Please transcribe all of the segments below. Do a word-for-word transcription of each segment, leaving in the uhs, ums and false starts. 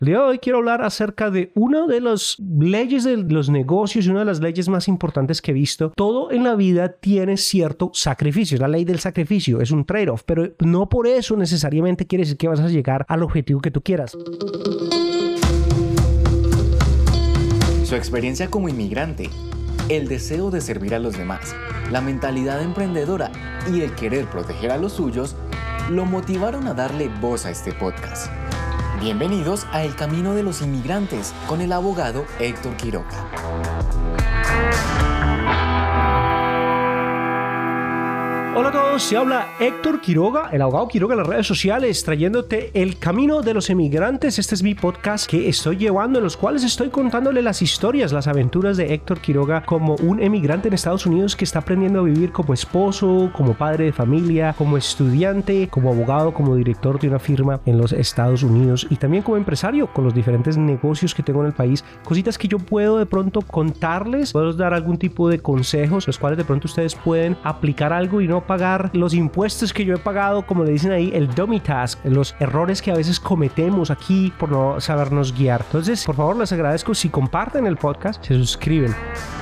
El día de hoy quiero hablar acerca de una de las leyes de los negocios y una de las leyes más importantes que he visto. Todo en la vida tiene cierto sacrificio, es la ley del sacrificio, es un trade-off, pero no por eso necesariamente quiere decir que vas a llegar al objetivo que tú quieras. Su experiencia como inmigrante, el deseo de servir a los demás, la mentalidad emprendedora y el querer proteger a los suyos lo motivaron a darle voz a este podcast. Bienvenidos a El Camino de los Inmigrantes con el abogado Héctor Quiroga. Hola a todos, se habla Héctor Quiroga, el abogado Quiroga en las redes sociales, trayéndote El Camino de los Inmigrantes. Este es mi podcast que estoy llevando, en los cuales estoy contándole las historias, las aventuras de Héctor Quiroga como un emigrante en Estados Unidos que está aprendiendo a vivir como esposo, como padre de familia, como estudiante, como abogado, como director de una firma en los Estados Unidos y también como empresario con los diferentes negocios que tengo en el país. Cositas que yo puedo de pronto contarles, puedo dar algún tipo de consejos, los cuales de pronto ustedes pueden aplicar algo y no pagar los impuestos que yo he pagado, como le dicen ahí, el dummy task, los errores que a veces cometemos aquí por no sabernos guiar. Entonces, por favor, les agradezco si comparten el podcast, se suscriben.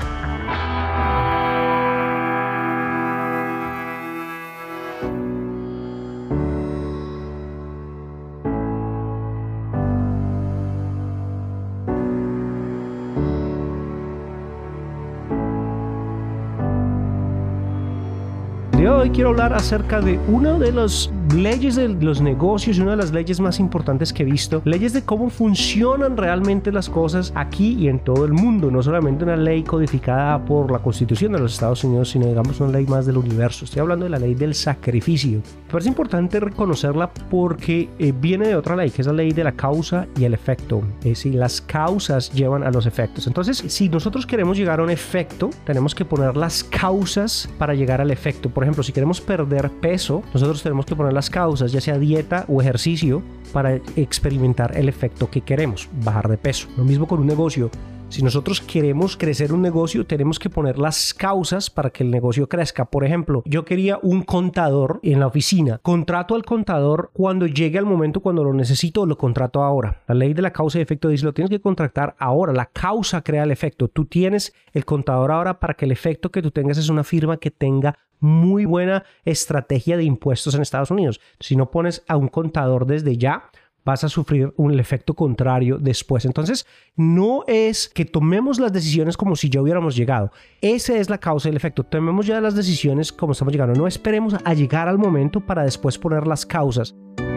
Hoy quiero hablar acerca de una de las leyes de los negocios y una de las leyes más importantes que he visto, leyes de cómo funcionan realmente las cosas aquí y en todo el mundo, no solamente una ley codificada por la Constitución de los Estados Unidos, sino digamos una ley más del universo. Estoy hablando de la ley del sacrificio. Me parece importante reconocerla porque eh, viene de otra ley, que es la ley de la causa y el efecto. Es decir, las causas llevan a los efectos. Entonces, si nosotros queremos llegar a un efecto, tenemos que poner las causas para llegar al efecto. Por ejemplo, si queremos perder peso, nosotros tenemos que poner las causas, ya sea dieta o ejercicio, para experimentar el efecto que queremos, bajar de peso. Lo mismo con un negocio. Si nosotros queremos crecer un negocio, tenemos que poner las causas para que el negocio crezca. Por ejemplo, yo quería un contador en la oficina. Contrato al contador cuando llegue al momento cuando lo necesito, lo contrato ahora. La ley de la causa y efecto dice, lo tienes que contratar ahora. La causa crea el efecto. Tú tienes el contador ahora para que el efecto que tú tengas es una firma que tenga muy buena estrategia de impuestos en Estados Unidos. Si no pones a un contador desde ya, vas a sufrir un efecto contrario después. Entonces, no es que tomemos las decisiones como si ya hubiéramos llegado. Esa es la causa y el efecto. Tomemos ya las decisiones como estamos llegando. No esperemos a llegar al momento para después poner las causas.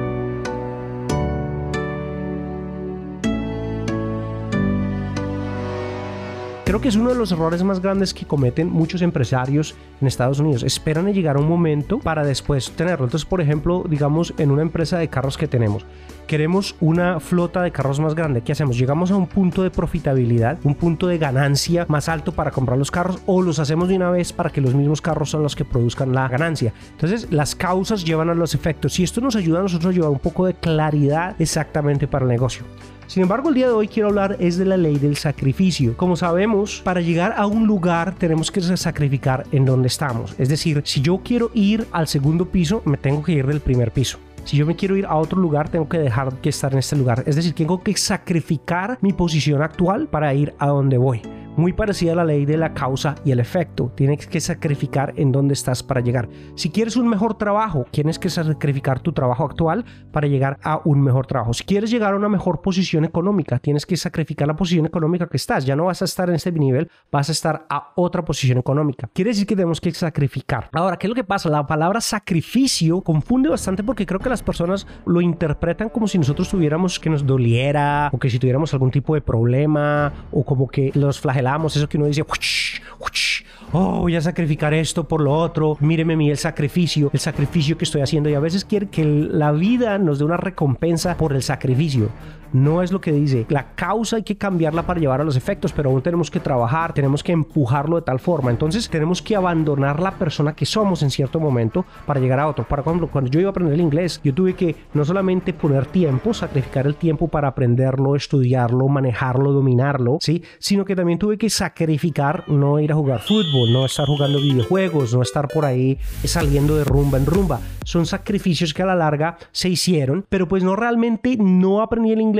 Creo que es uno de los errores más grandes que cometen muchos empresarios en Estados Unidos. Esperan a llegar a un momento para después tenerlo. Entonces, por ejemplo, digamos en una empresa de carros que tenemos, queremos una flota de carros más grande. ¿Qué hacemos? Llegamos a un punto de profitabilidad, un punto de ganancia más alto para comprar los carros, o los hacemos de una vez para que los mismos carros son los que produzcan la ganancia. Entonces, las causas llevan a los efectos y esto nos ayuda a nosotros a llevar un poco de claridad exactamente para el negocio. Sin embargo, el día de hoy quiero hablar es de la ley del sacrificio. Como sabemos, para llegar a un lugar tenemos que sacrificar en donde estamos. Es decir, si yo quiero ir al segundo piso, me tengo que ir del primer piso. Si yo me quiero ir a otro lugar, tengo que dejar que estar en este lugar. Es decir, tengo que sacrificar mi posición actual para ir a donde voy. Muy parecida a la ley de la causa y el efecto. Tienes que sacrificar en dónde estás para llegar. Si quieres un mejor trabajo, tienes que sacrificar tu trabajo actual para llegar a un mejor trabajo. Si quieres llegar a una mejor posición económica, tienes que sacrificar la posición económica que estás. Ya no vas a estar en este nivel, vas a estar a otra posición económica. Quiere decir que tenemos que sacrificar. Ahora, ¿qué es lo que pasa? La palabra sacrificio confunde bastante porque creo que las personas lo interpretan como si nosotros tuviéramos que nos doliera o que si tuviéramos algún tipo de problema o como que los flagelamos, eso que uno dice uch, uch, oh, voy a sacrificar esto por lo otro, míreme a mí el sacrificio, el sacrificio que estoy haciendo, y a veces quiere que la vida nos dé una recompensa por el sacrificio. No es lo que dice. La causa hay que cambiarla para llevar a los efectos, pero aún tenemos que trabajar, tenemos que empujarlo de tal forma. Entonces tenemos que abandonar la persona que somos en cierto momento para llegar a otro. Por ejemplo, cuando yo iba a aprender el inglés, yo tuve que no solamente poner tiempo, sacrificar el tiempo para aprenderlo, estudiarlo, manejarlo, dominarlo, ¿sí? Sino que también tuve que sacrificar no ir a jugar fútbol, no estar jugando videojuegos, no estar por ahí saliendo de rumba en rumba. Son sacrificios que a la larga se hicieron, pero pues no realmente no aprendí el inglés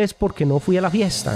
inglés porque no fui a la fiesta.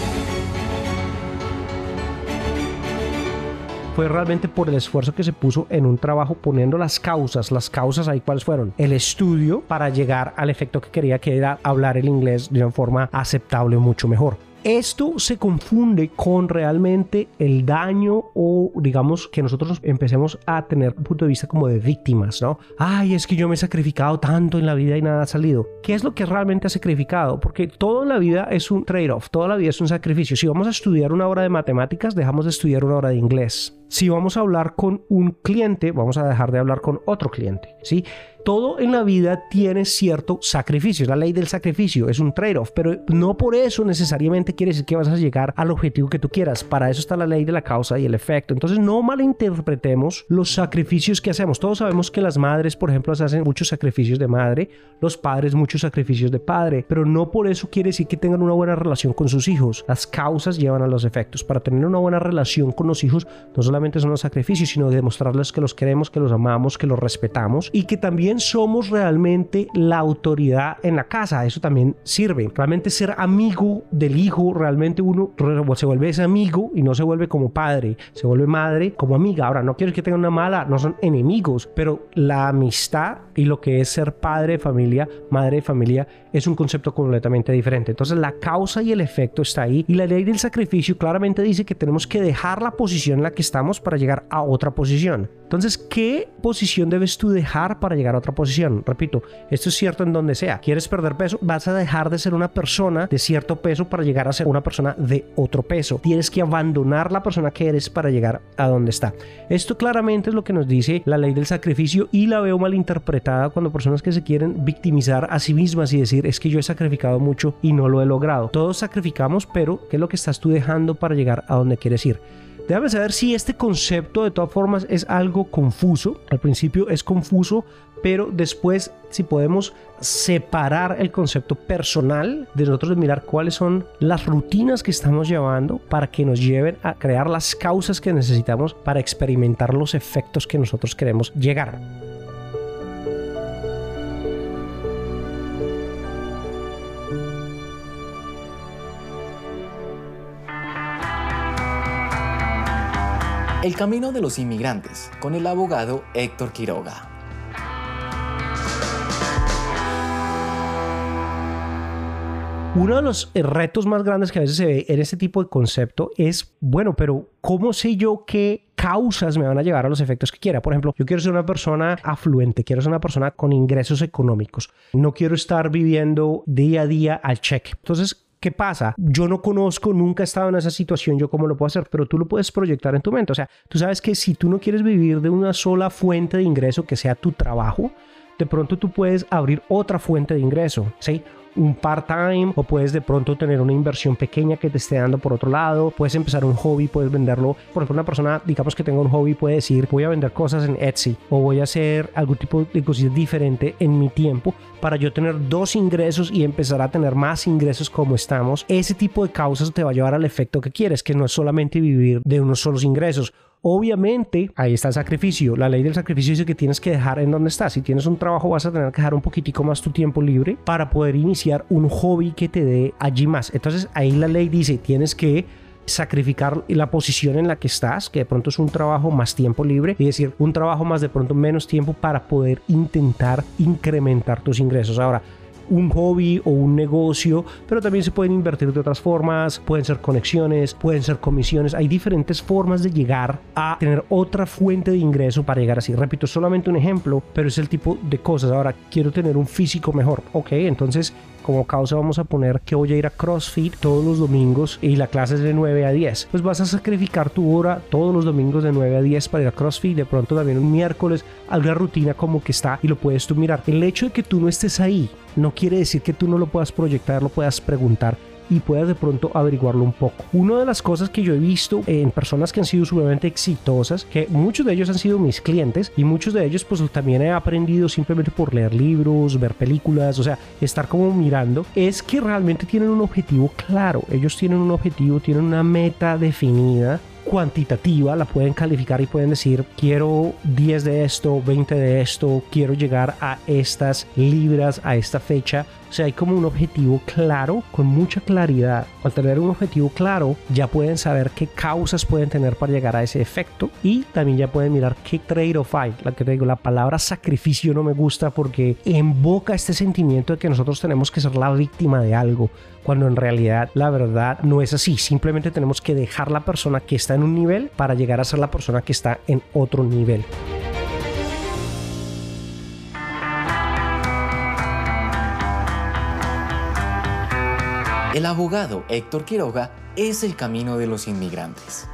Fue realmente por el esfuerzo que se puso en un trabajo poniendo las causas. Las causas ahí, ¿cuáles fueron? El estudio para llegar al efecto que quería, que era hablar el inglés de una forma aceptable, mucho mejor. Esto se confunde con realmente el daño o digamos que nosotros empecemos a tener un punto de vista como de víctimas, ¿no? Ay, es que yo me he sacrificado tanto en la vida y nada ha salido. ¿Qué es lo que realmente ha sacrificado? Porque todo en la vida es un trade-off, toda la vida es un sacrificio. Si vamos a estudiar una hora de matemáticas, dejamos de estudiar una hora de inglés. Si vamos a hablar con un cliente, vamos a dejar de hablar con otro cliente, ¿sí? Todo en la vida tiene cierto sacrificio, es la ley del sacrificio, es un trade-off, pero no por eso necesariamente quiere decir que vas a llegar al objetivo que tú quieras. Para eso está la ley de la causa y el efecto. Entonces no malinterpretemos los sacrificios que hacemos. Todos sabemos que las madres, por ejemplo, hacen muchos sacrificios de madre, los padres muchos sacrificios de padre, pero no por eso quiere decir que tengan una buena relación con sus hijos. Las causas llevan a los efectos. Para tener una buena relación con los hijos, no solamente son los sacrificios, sino demostrarles que los queremos, que los amamos, que los respetamos y que también somos realmente la autoridad en la casa. Eso también sirve. Realmente ser amigo del hijo, realmente uno se vuelve ese amigo y no se vuelve como padre, se vuelve madre como amiga. Ahora, no quiero que tengan una mala, no son enemigos, pero la amistad y lo que es ser padre de familia, madre de familia, es un concepto completamente diferente. Entonces la causa y el efecto está ahí y la ley del sacrificio claramente dice que tenemos que dejar la posición en la que estamos para llegar a otra posición. Entonces, ¿qué posición debes tú dejar para llegar a otra posición? Repito, esto es cierto en donde sea. ¿Quieres perder peso? Vas a dejar de ser una persona de cierto peso para llegar a ser una persona de otro peso. Tienes que abandonar la persona que eres para llegar a donde está. Esto claramente es lo que nos dice la ley del sacrificio y la veo malinterpretada cuando personas que se quieren victimizar a sí mismas y decir, es que yo he sacrificado mucho y no lo he logrado. Todos sacrificamos, pero ¿qué es lo que estás tú dejando para llegar a donde quieres ir? Déjame saber si este concepto de todas formas es algo confuso. Al principio es confuso, pero después si podemos separar el concepto personal de nosotros, de mirar cuáles son las rutinas que estamos llevando para que nos lleven a crear las causas que necesitamos para experimentar los efectos que nosotros queremos llegar. El camino de los inmigrantes, con el abogado Héctor Quiroga. Uno de los retos más grandes que a veces se ve en este tipo de concepto es, bueno, pero ¿cómo sé yo qué causas me van a llevar a los efectos que quiera? Por ejemplo, yo quiero ser una persona afluente, quiero ser una persona con ingresos económicos, no quiero estar viviendo día a día al cheque. Entonces, ¿qué pasa? Yo no conozco, nunca he estado en esa situación, yo cómo lo puedo hacer, pero tú lo puedes proyectar en tu mente. O sea, tú sabes que si tú no quieres vivir de una sola fuente de ingreso que sea tu trabajo, de pronto tú puedes abrir otra fuente de ingreso, ¿sí? Un part-time, o puedes de pronto tener una inversión pequeña que te esté dando por otro lado, puedes empezar un hobby, puedes venderlo. Por ejemplo, una persona, digamos que tenga un hobby, puede decir, voy a vender cosas en Etsy o voy a hacer algún tipo de cosas diferente en mi tiempo para yo tener dos ingresos y empezar a tener más ingresos como estamos. Ese tipo de causas te va a llevar al efecto que quieres, que no es solamente vivir de unos solos ingresos. Obviamente, ahí está el sacrificio. La ley del sacrificio dice que tienes que dejar en donde estás. Si tienes un trabajo, vas a tener que dejar un poquitico más tu tiempo libre para poder iniciar un hobby que te dé allí más. Entonces, ahí la ley dice, tienes que sacrificar la posición en la que estás, que de pronto es un trabajo más tiempo libre, y decir, un trabajo más de pronto menos tiempo para poder intentar incrementar tus ingresos. Ahora, un hobby o un negocio, pero también se pueden invertir de otras formas, pueden ser conexiones, pueden ser comisiones, hay diferentes formas de llegar a tener otra fuente de ingreso para llegar así. Repito, solamente un ejemplo, pero es el tipo de cosas. Ahora, quiero tener un físico mejor, ok, entonces como causa vamos a poner que voy a ir a CrossFit todos los domingos y la clase es de nueve a diez. Pues vas a sacrificar tu hora todos los domingos de nueve a diez para ir a CrossFit, de pronto también un miércoles, alguna rutina como que está y lo puedes tú mirar. El hecho de que tú no estés ahí no quiere decir que tú no lo puedas proyectar, lo puedas preguntar y puedas de pronto averiguarlo un poco. Una de las cosas que yo he visto en personas que han sido sumamente exitosas, que muchos de ellos han sido mis clientes y muchos de ellos pues también he aprendido simplemente por leer libros, ver películas, o sea, estar como mirando, es que realmente tienen un objetivo claro. Ellos tienen un objetivo, tienen una meta definida, cuantitativa, la pueden calificar y pueden decir, quiero diez de esto, veinte de esto, quiero llegar a estas libras a esta fecha O sea, hay como un objetivo claro, con mucha claridad. Al tener un objetivo claro, ya pueden saber qué causas pueden tener para llegar a ese efecto y también ya pueden mirar qué trade-off hay. La que te digo, la palabra sacrificio no me gusta porque invoca este sentimiento de que nosotros tenemos que ser la víctima de algo, cuando en realidad la verdad no es así. Simplemente tenemos que dejar la persona que está en un nivel para llegar a ser la persona que está en otro nivel. El abogado Héctor Quiroga es el camino de los inmigrantes.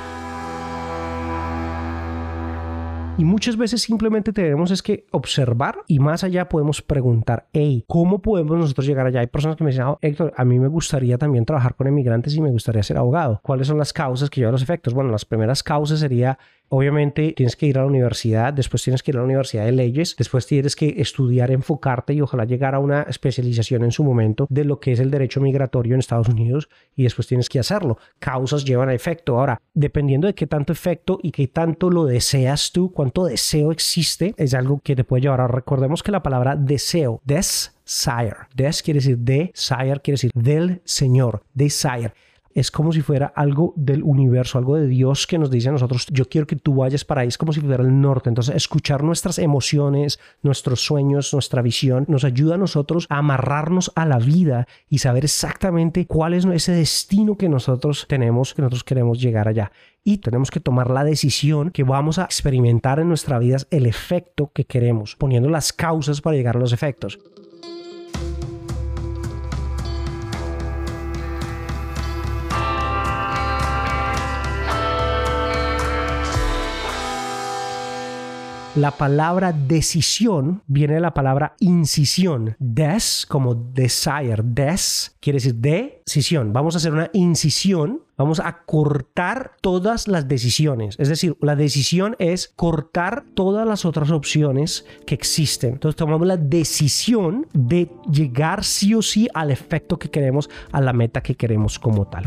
Y muchas veces simplemente tenemos es que observar y más allá podemos preguntar, hey, ¿cómo podemos nosotros llegar allá? Hay personas que me dicen, oh, Héctor, a mí me gustaría también trabajar con inmigrantes y me gustaría ser abogado. ¿Cuáles son las causas que llevan los efectos? Bueno, las primeras causas sería, obviamente, tienes que ir a la universidad, después tienes que ir a la universidad de leyes, después tienes que estudiar, enfocarte y ojalá llegar a una especialización en su momento de lo que es el derecho migratorio en Estados Unidos y después tienes que hacerlo. Causas llevan a efecto. Ahora, dependiendo de qué tanto efecto y qué tanto lo deseas tú, cuánto deseo existe, es algo que te puede llevar a... Recordemos que la palabra deseo, desire, des quiere decir desire, quiere decir del Señor, desire. Es como si fuera algo del universo, algo de Dios que nos dice a nosotros, yo quiero que tú vayas para ahí, es como si fuera el norte. Entonces, escuchar nuestras emociones, nuestros sueños, nuestra visión, nos ayuda a nosotros a amarrarnos a la vida y saber exactamente cuál es ese destino que nosotros tenemos, que nosotros queremos llegar allá. Y tenemos que tomar la decisión que vamos a experimentar en nuestra vida, el efecto que queremos, poniendo las causas para llegar a los efectos. La palabra decisión viene de la palabra incisión. Des, como desire. Des quiere decir decisión. Vamos a hacer una incisión. Vamos a cortar todas las decisiones. Es decir, la decisión es cortar todas las otras opciones que existen. Entonces tomamos la decisión de llegar sí o sí al efecto que queremos, a la meta que queremos como tal.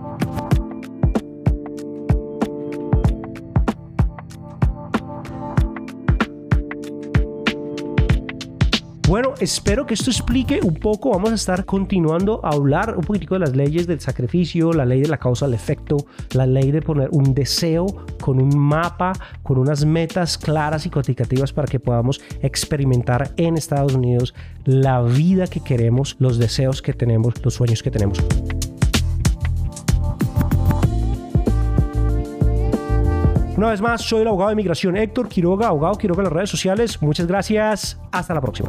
Bueno, espero que esto explique un poco. Vamos a estar continuando a hablar un poquitico de las leyes del sacrificio, la ley de la causa al efecto, la ley de poner un deseo con un mapa, con unas metas claras y cuantitativas para que podamos experimentar en Estados Unidos la vida que queremos, los deseos que tenemos, los sueños que tenemos. Una vez más, soy el abogado de inmigración Héctor Quiroga, abogado Quiroga en las redes sociales. Muchas gracias. Hasta la próxima.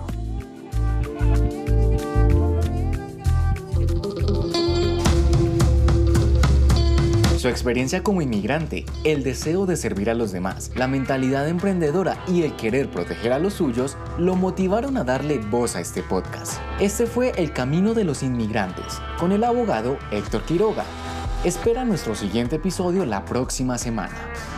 Su experiencia como inmigrante, el deseo de servir a los demás, la mentalidad emprendedora y el querer proteger a los suyos lo motivaron a darle voz a este podcast. Este fue El Camino de los Inmigrantes, con el abogado Héctor Quiroga. Espera nuestro siguiente episodio la próxima semana.